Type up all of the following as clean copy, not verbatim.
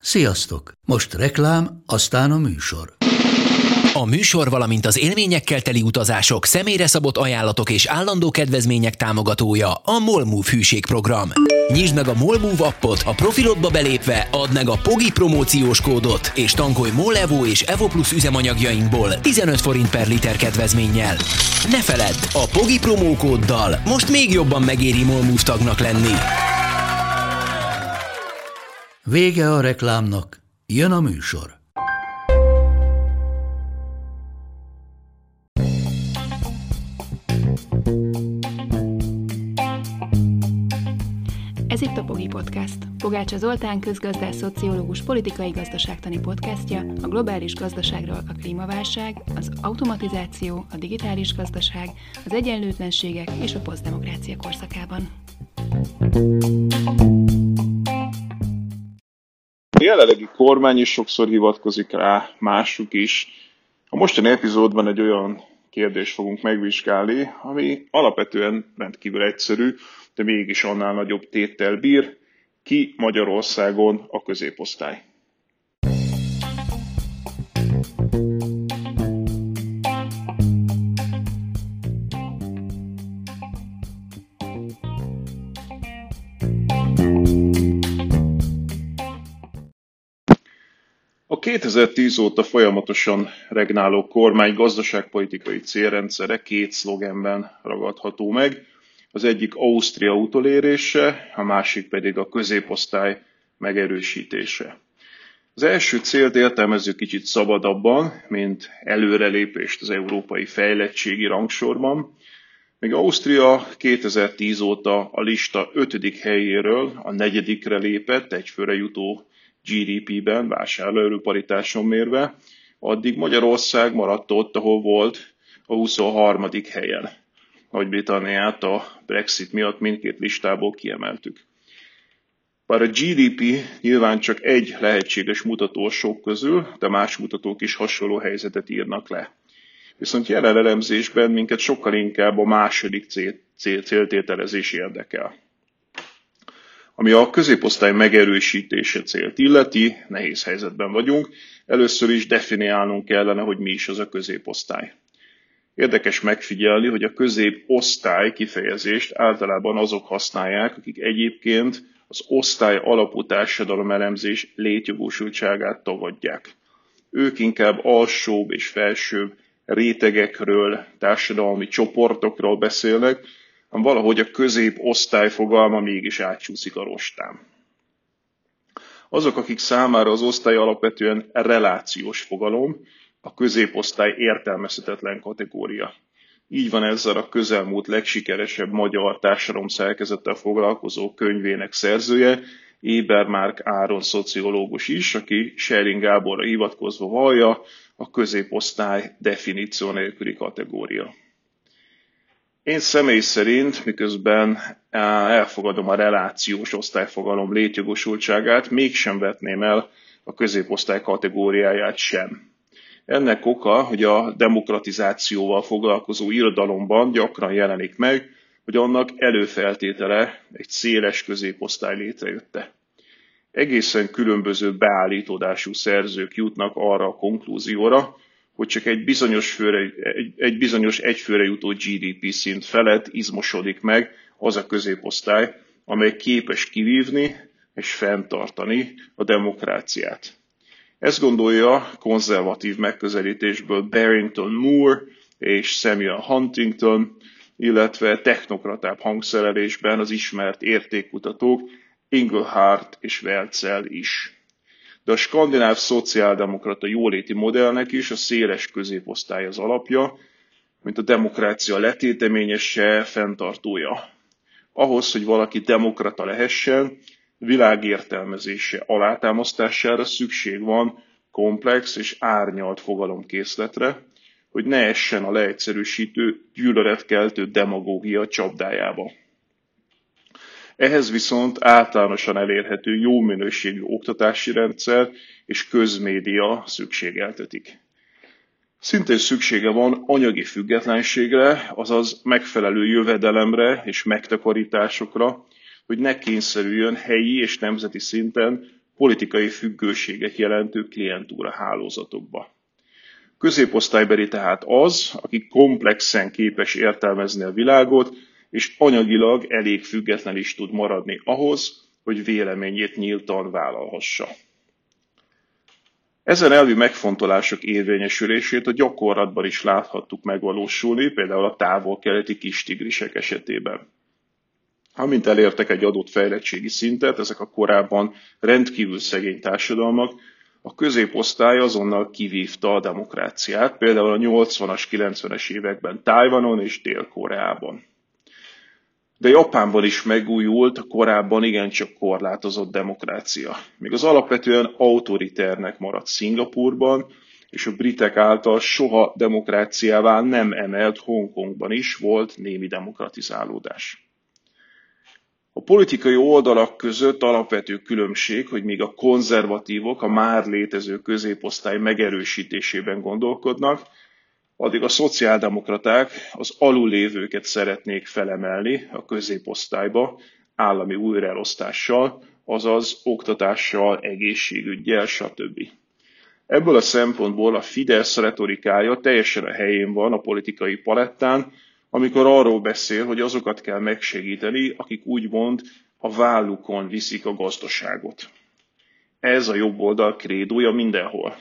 Sziasztok! Most reklám, aztán a műsor. A műsor, valamint az élményekkel teli utazások, személyre szabott ajánlatok és állandó kedvezmények támogatója a MOLMOVE hűségprogram. Nyisd meg a MOLMOVE appot, a profilodba belépve add meg a POGI promóciós kódot, és tankolj MOL Evo és Evo Plus üzemanyagjainkból 15 forint per liter kedvezménnyel. Ne feledd, a POGI promókóddal most még jobban megéri MOLMOVE tagnak lenni. Vége a reklámnak, jön a műsor. Ez itt a POGI Podcast. Pogácsa Zoltán közgazdász, szociológus, politikai gazdaságtani podcastja a globális gazdaságról a klímaválság, az automatizáció, a digitális gazdaság, az egyenlőtlenségek és a posztdemokrácia korszakában. A jelenlegi kormány is sokszor hivatkozik rá, mások is. A mostani epizódban egy olyan kérdést fogunk megvizsgálni, ami alapvetően rendkívül egyszerű, de mégis annál nagyobb téttel bír. Ki Magyarországon a középosztály? A 2010 óta folyamatosan regnáló kormány gazdaságpolitikai célrendszere két szlogenben ragadható meg. Az egyik Ausztria utolérése, a másik pedig a középosztály megerősítése. Az első célt értelmezzük kicsit szabadabban, mint előrelépést az európai fejlettségi rangsorban. Míg Ausztria 2010 óta a lista 5. helyéről a 4. lépett, egyfőre jutó GDP-ben, vásárlóerőparitáson mérve, addig Magyarország maradt ott, ahol volt, a 23. helyen. Nagy-Britanniát a Brexit miatt mindkét listából kiemeltük. Bár a GDP nyilván csak egy lehetséges mutató a sok közül, de más mutatók is hasonló helyzetet írnak le. Viszont jelen elemzésben minket sokkal inkább a második céltételezés érdekel. Ami a középosztály megerősítése célt illeti, nehéz helyzetben vagyunk, először is definiálnunk kellene, hogy mi is az a középosztály. Érdekes megfigyelni, hogy a középosztály kifejezést általában azok használják, akik egyébként az osztály alapú társadalomelemzés létjogosultságát tagadják. Ők inkább alsóbb és felsőbb rétegekről, társadalmi csoportokról beszélnek, ám valahogy a középosztály fogalma mégis átcsúszik a rostán. Azok, akik számára az osztály alapvetően relációs fogalom, a középosztály értelmezhetetlen kategória. Így van ezzel a közelmúlt legsikeresebb magyar társadalomszerkezettel foglalkozó könyvének szerzője, Ebermark Áron szociológus is, aki Schering Gáborra hivatkozva vallja, a középosztály definíció nélküli kategória. Én személy szerint, miközben elfogadom a relációs osztályfogalom létjogosultságát, mégsem vetném el a középosztály kategóriáját sem. Ennek oka, hogy a demokratizációval foglalkozó irodalomban gyakran jelenik meg, hogy annak előfeltétele egy széles középosztály létrejötte. Egészen különböző beállítódású szerzők jutnak arra a konklúzióra, hogy csak egy bizonyos egyfőre jutó GDP szint felett izmosodik meg az a középosztály, amely képes kivívni és fenntartani a demokráciát. Ezt gondolja konzervatív megközelítésből Barrington Moore és Samuel Huntington, illetve technokratább hangszerelésben az ismert értékkutatók Engelhardt és Welzel is. De a skandináv szociáldemokrata jóléti modellnek is a széles középosztály az alapja, mint a demokrácia letéteményese, fenntartója. Ahhoz, hogy valaki demokrata lehessen, világértelmezése alátámasztására szükség van komplex és árnyalt fogalomkészletre, hogy ne essen a leegyszerűsítő, gyűlöletkeltő demagógia csapdájába. Ehhez viszont általánosan elérhető jó minőségű oktatási rendszer és közmédia szükségeltetik. Szintén szüksége van anyagi függetlenségre, azaz megfelelő jövedelemre és megtakarításokra, hogy ne kényszerüljön helyi és nemzeti szinten politikai függőséget jelentő klientúra hálózatokba. Középosztálybeli tehát az, aki komplexen képes értelmezni a világot, és anyagilag elég független is tud maradni ahhoz, hogy véleményét nyíltan vállalhassa. Ezen elvi megfontolások érvényesülését a gyakorlatban is láthattuk megvalósulni, például a távol-keleti kistigrisek esetében. Amint elértek egy adott fejlettségi szintet, ezek a korábban rendkívül szegény társadalmak, a középosztály azonnal kivívta a demokráciát, például a 80-as, 90-es években Tajvanon és Dél-Koreában. De Japánban is megújult a korábban igencsak korlátozott demokrácia. Még az alapvetően autoriternek maradt Szingapúrban, és a britek által soha demokráciává nem emelt Hongkongban is volt némi demokratizálódás. A politikai oldalak között alapvető különbség, hogy míg a konzervatívok a már létező középosztály megerősítésében gondolkodnak, addig a szociáldemokraták az alullévőket szeretnék felemelni a középosztályba állami újraelosztással, azaz oktatással, egészségüggyel, stb. Ebből a szempontból a Fidesz retorikája teljesen a helyén van a politikai palettán, amikor arról beszél, hogy azokat kell megsegíteni, akik úgymond a vállukon viszik a gazdaságot. Ez a jobb oldal krédója mindenhol.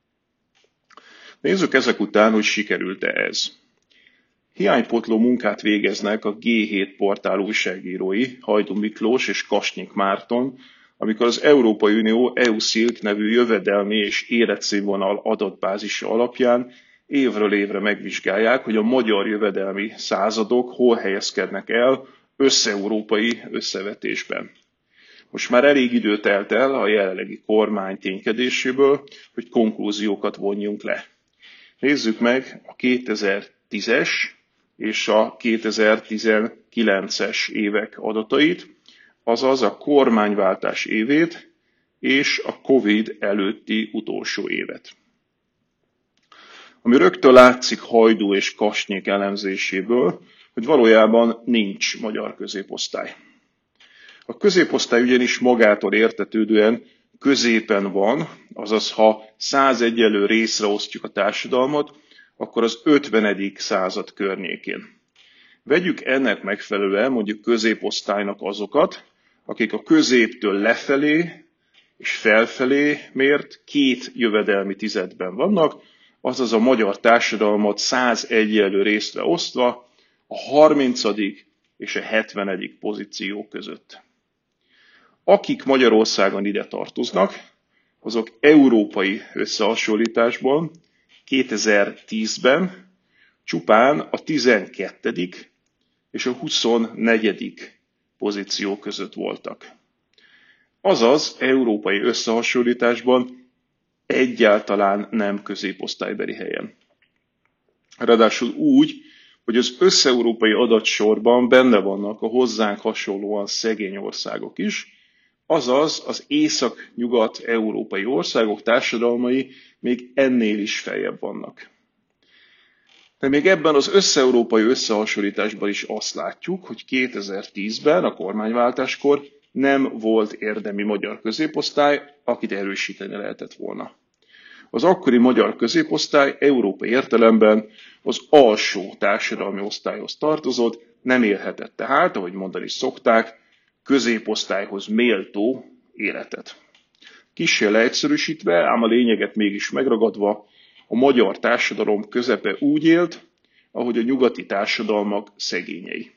Nézzük ezek után, hogy sikerült-e ez. Hiánypotló munkát végeznek a G7 portál újságírói, Hajdú Miklós és Kasnyik Márton, amikor az Európai Unió EU-SZILK nevű jövedelmi és életszínvonal adatbázisa alapján évről évre megvizsgálják, hogy a magyar jövedelmi századok hol helyezkednek el összeurópai összevetésben. Most már elég idő telt el a jelenlegi kormány ténykedéséből, hogy konklúziókat vonjunk le. Nézzük meg a 2010-es és a 2019-es évek adatait, azaz a kormányváltás évét és a Covid előtti utolsó évet. Ami rögtön látszik Hajdú és Kasnyik elemzéséből, hogy valójában nincs magyar középosztály. A középosztály ugyanis magától értetődően középen van, azaz ha 100 egyenlő részre osztjuk a társadalmat, akkor az 50. század környékén. Vegyük ennek megfelelően mondjuk középosztálynak azokat, akik a középtől lefelé és felfelé mért 2 jövedelmi tizedben vannak, azaz a magyar társadalmat 100 egyenlő részre osztva a 30. és a 70. pozíció között. Akik Magyarországon ide tartoznak, azok európai összehasonlításban 2010-ben csupán a 12. és a 24. pozíció között voltak. Azaz európai összehasonlításban egyáltalán nem középosztálybeli helyen. Ráadásul úgy, hogy az összeurópai adatsorban benne vannak a hozzánk hasonlóan szegény országok is, azaz az észak-nyugat-európai országok társadalmai még ennél is feljebb vannak. De még ebben az összeurópai összehasonlításban is azt látjuk, hogy 2010-ben, a kormányváltáskor nem volt érdemi magyar középosztály, akit erősíteni lehetett volna. Az akkori magyar középosztály európai értelemben az alsó társadalmi osztályhoz tartozott, nem élhetett tehát, ahogy mondani szokták, középosztályhoz méltó életet. Kissé leegyszerűsítve, ám a lényeget mégis megragadva, a magyar társadalom közepe úgy élt, ahogy a nyugati társadalmak szegényei.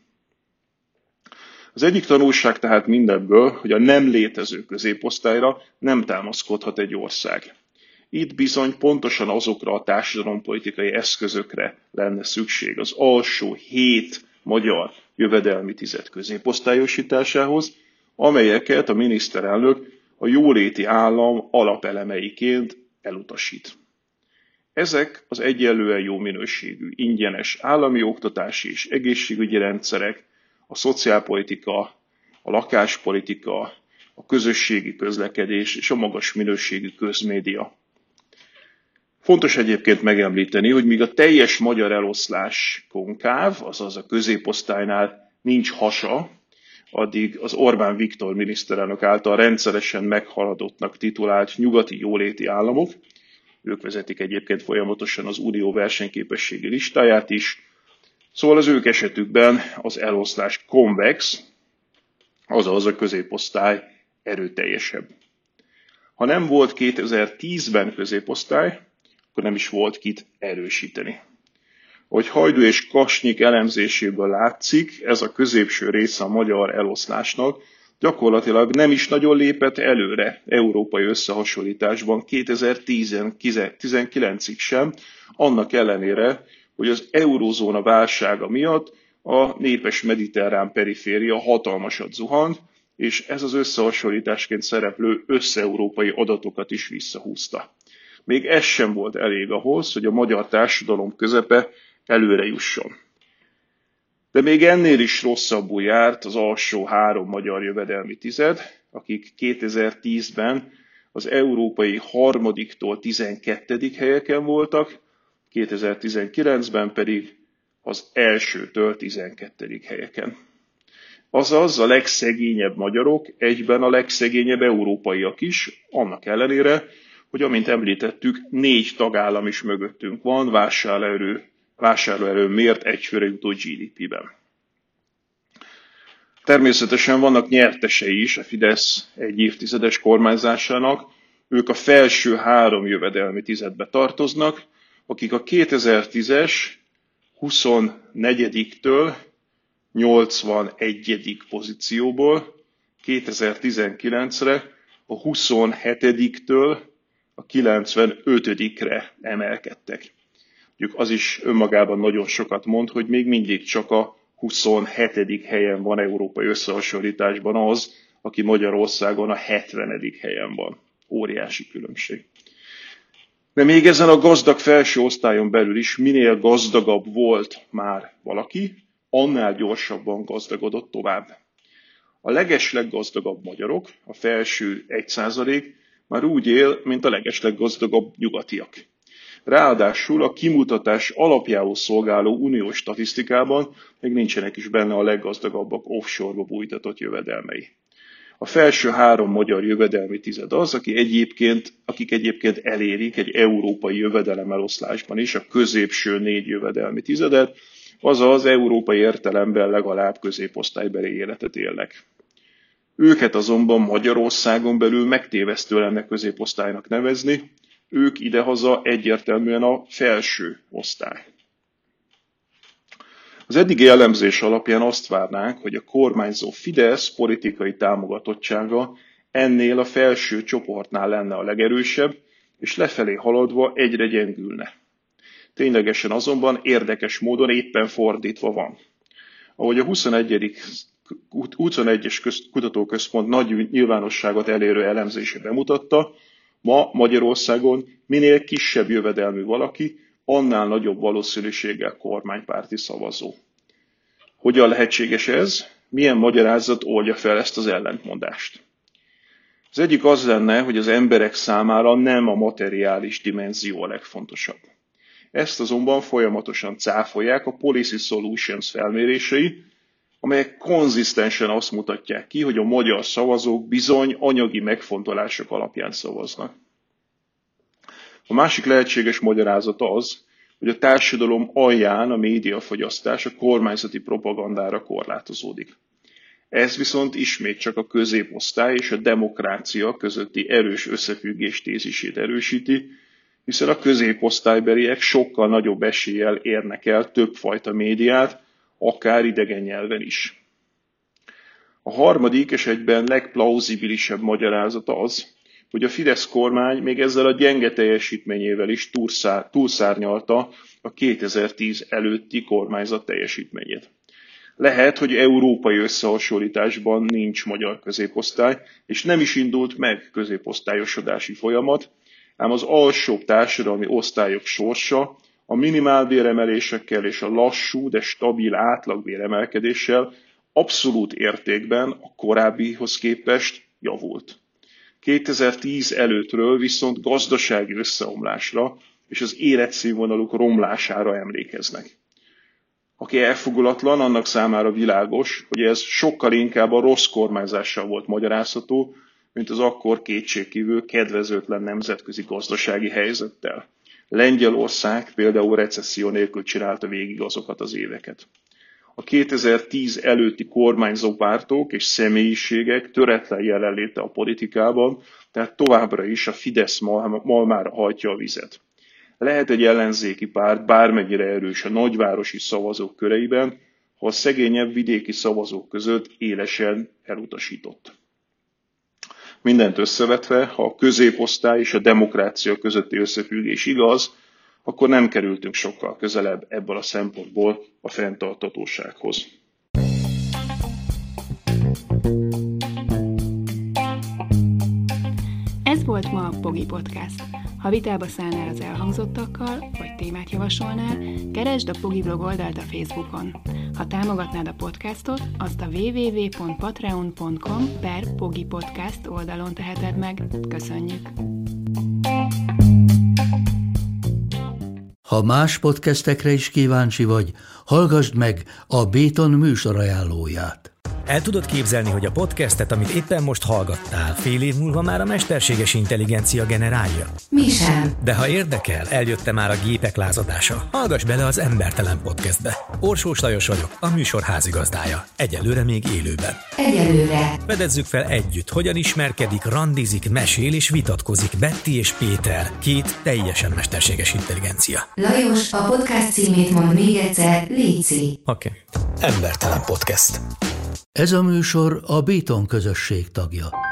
Az egyik tanulság tehát mindebből, hogy a nem létező középosztályra nem támaszkodhat egy ország. Itt bizony pontosan azokra a társadalompolitikai eszközökre lenne szükség az alsó 7 magyar jövedelmi tized középosztályosításához, amelyeket a miniszterelnök a jóléti állam alapelemeiként elutasít. Ezek az egyenlően jó minőségű, ingyenes állami oktatási és egészségügyi rendszerek, a szociálpolitika, a lakáspolitika, a közösségi közlekedés és a magas minőségű közmédia. Fontos egyébként megemlíteni, hogy míg a teljes magyar eloszlás konkáv, azaz a középosztálynál nincs hasa, addig az Orbán Viktor miniszterelnök által rendszeresen meghaladottnak titulált nyugati jóléti államok, ők vezetik egyébként folyamatosan az unió versenyképességi listáját is, szóval az ők esetükben az eloszlás konvex, azaz a középosztály erőteljesebb. Ha nem volt 2010-ben középosztály, akkor nem is volt kit erősíteni. Ahogy Hajdú és Kasnyik elemzéséből látszik, ez a középső része a magyar eloszlásnak gyakorlatilag nem is nagyon lépett előre európai összehasonlításban 2019-ig sem, annak ellenére, hogy az eurózóna válsága miatt a népes mediterrán periféria hatalmasat zuhant, és ez az összehasonlításként szereplő összeurópai adatokat is visszahúzta. Még ez sem volt elég ahhoz, hogy a magyar társadalom közepe előre jusson. De még ennél is rosszabbul járt az alsó 3 magyar jövedelmi tized, akik 2010-ben az európai 3-tól 12. helyeken voltak, 2019-ben pedig az 1-től 12. helyeken. Azaz a legszegényebb magyarok egyben a legszegényebb európaiak is, annak ellenére, hogy amint említettük, 4 tagállam is mögöttünk van vásárlóerő mért egyfőre jutó GDP-ben. Természetesen vannak nyertesei is a Fidesz egy évtizedes kormányzásának, ők a felső 3 jövedelmi tizedbe tartoznak, akik a 2010-es 24-től 81. pozícióból 2019-re a 27-től a 95-re emelkedtek. Az is önmagában nagyon sokat mond, hogy még mindig csak a 27. helyen van európai összehasonlításban az, aki Magyarországon a 70. helyen van. Óriási különbség. De még ezen a gazdag felső osztályon belül is minél gazdagabb volt már valaki, annál gyorsabban gazdagodott tovább. A legesleggazdagabb magyarok, a felső 1%, már úgy él, mint a legesleggazdagabb nyugatiak. Ráadásul a kimutatás alapjául szolgáló uniós statisztikában még nincsenek is benne a leggazdagabbak offshore-ba bújtatott jövedelmei. A felső 3 magyar jövedelmi tized az, akik egyébként elérik egy európai jövedelemeloszlásban is a középső 4 jövedelmi tizedet, azaz európai értelemben legalább középosztálybeli életet élnek. Őket azonban Magyarországon belül megtévesztő lenne középosztálynak nevezni, ők idehaza egyértelműen a felső osztály. Az eddigi elemzés alapján azt várnánk, hogy a kormányzó Fidesz politikai támogatottsága ennél a felső csoportnál lenne a legerősebb, és lefelé haladva egyre gyengülne. Ténylegesen azonban érdekes módon éppen fordítva van. Ahogy a 21-es kutatóközpont nagy nyilvánosságot elérő elemzése bemutatta, ma Magyarországon minél kisebb jövedelmű valaki, annál nagyobb valószínűséggel kormánypárti szavazó. Hogyan lehetséges ez? Milyen magyarázat oldja fel ezt az ellentmondást? Az egyik az lenne, hogy az emberek számára nem a materiális dimenzió a legfontosabb. Ezt azonban folyamatosan cáfolják a Policy Solutions felmérései, amelyek konzisztensen azt mutatják ki, hogy a magyar szavazók bizony anyagi megfontolások alapján szavaznak. A másik lehetséges magyarázat az, hogy a társadalom alján a médiafogyasztás a kormányzati propagandára korlátozódik. Ez viszont ismét csak a középosztály és a demokrácia közötti erős összefüggés tézisét erősíti, hiszen a középosztálybeliek sokkal nagyobb eséllyel érnek el többfajta médiát, akár idegen nyelven is. A harmadik és egyben legplauzibilisebb magyarázat az, hogy a Fidesz kormány még ezzel a gyenge teljesítményével is túlszárnyalta a 2010 előtti kormányzat teljesítményét. Lehet, hogy európai összehasonlításban nincs magyar középosztály, és nem is indult meg középosztályosodási folyamat, ám az alsóbb társadalmi osztályok sorsa a minimálbéremelésekkel és a lassú, de stabil átlagbéremelkedéssel abszolút értékben a korábbihoz képest javult. 2010 előttről viszont gazdasági összeomlásra és az életszínvonaluk romlására emlékeznek. Aki elfogulatlan, annak számára világos, hogy ez sokkal inkább a rossz kormányzással volt magyarázható, mint az akkor kétségkívül kedvezőtlen nemzetközi gazdasági helyzettel. Lengyelország például recesszió nélkül csinálta végig azokat az éveket. A 2010 előtti kormányzó pártok és személyiségek töretlen jelenléte a politikában, tehát továbbra is a Fidesz malmára hajtja a vizet. Lehet egy ellenzéki párt bármennyire erős a nagyvárosi szavazók köreiben, ha a szegényebb vidéki szavazók között élesen elutasított. Mindent összevetve, ha a középosztály és a demokrácia közötti összefüggés igaz, akkor nem kerültünk sokkal közelebb ebből a szempontból a fenntarthatósághoz. Ez volt ma a Pogi Podcast. Ha vitába szállnál az elhangzottakkal, vagy témát javasolnál, keresd a Pogi blog oldalt a Facebookon. Ha támogatnád a podcastot, azt a www.patreon.com/pogipodcast oldalon teheted meg. Köszönjük! Ha más podcastekre is kíváncsi vagy, hallgassd meg a Béton műsor ajánlóját. El tudod képzelni, hogy a podcastet, amit éppen most hallgattál, fél év múlva már a mesterséges intelligencia generálja? Mi sem. De ha érdekel, eljött már a gépek lázadása. Hallgass bele az Embertelen Podcastbe. Orsós Lajos vagyok, a műsor házigazdája. Egyelőre még élőben. Egyelőre. Fedezzük fel együtt, hogyan ismerkedik, randizik, mesél és vitatkozik Betty és Péter, két teljesen mesterséges intelligencia. Lajos, a podcast címét mond még egyszer, léci. Oké. Embertelen Podcast. Ez a műsor a Béton közösség tagja.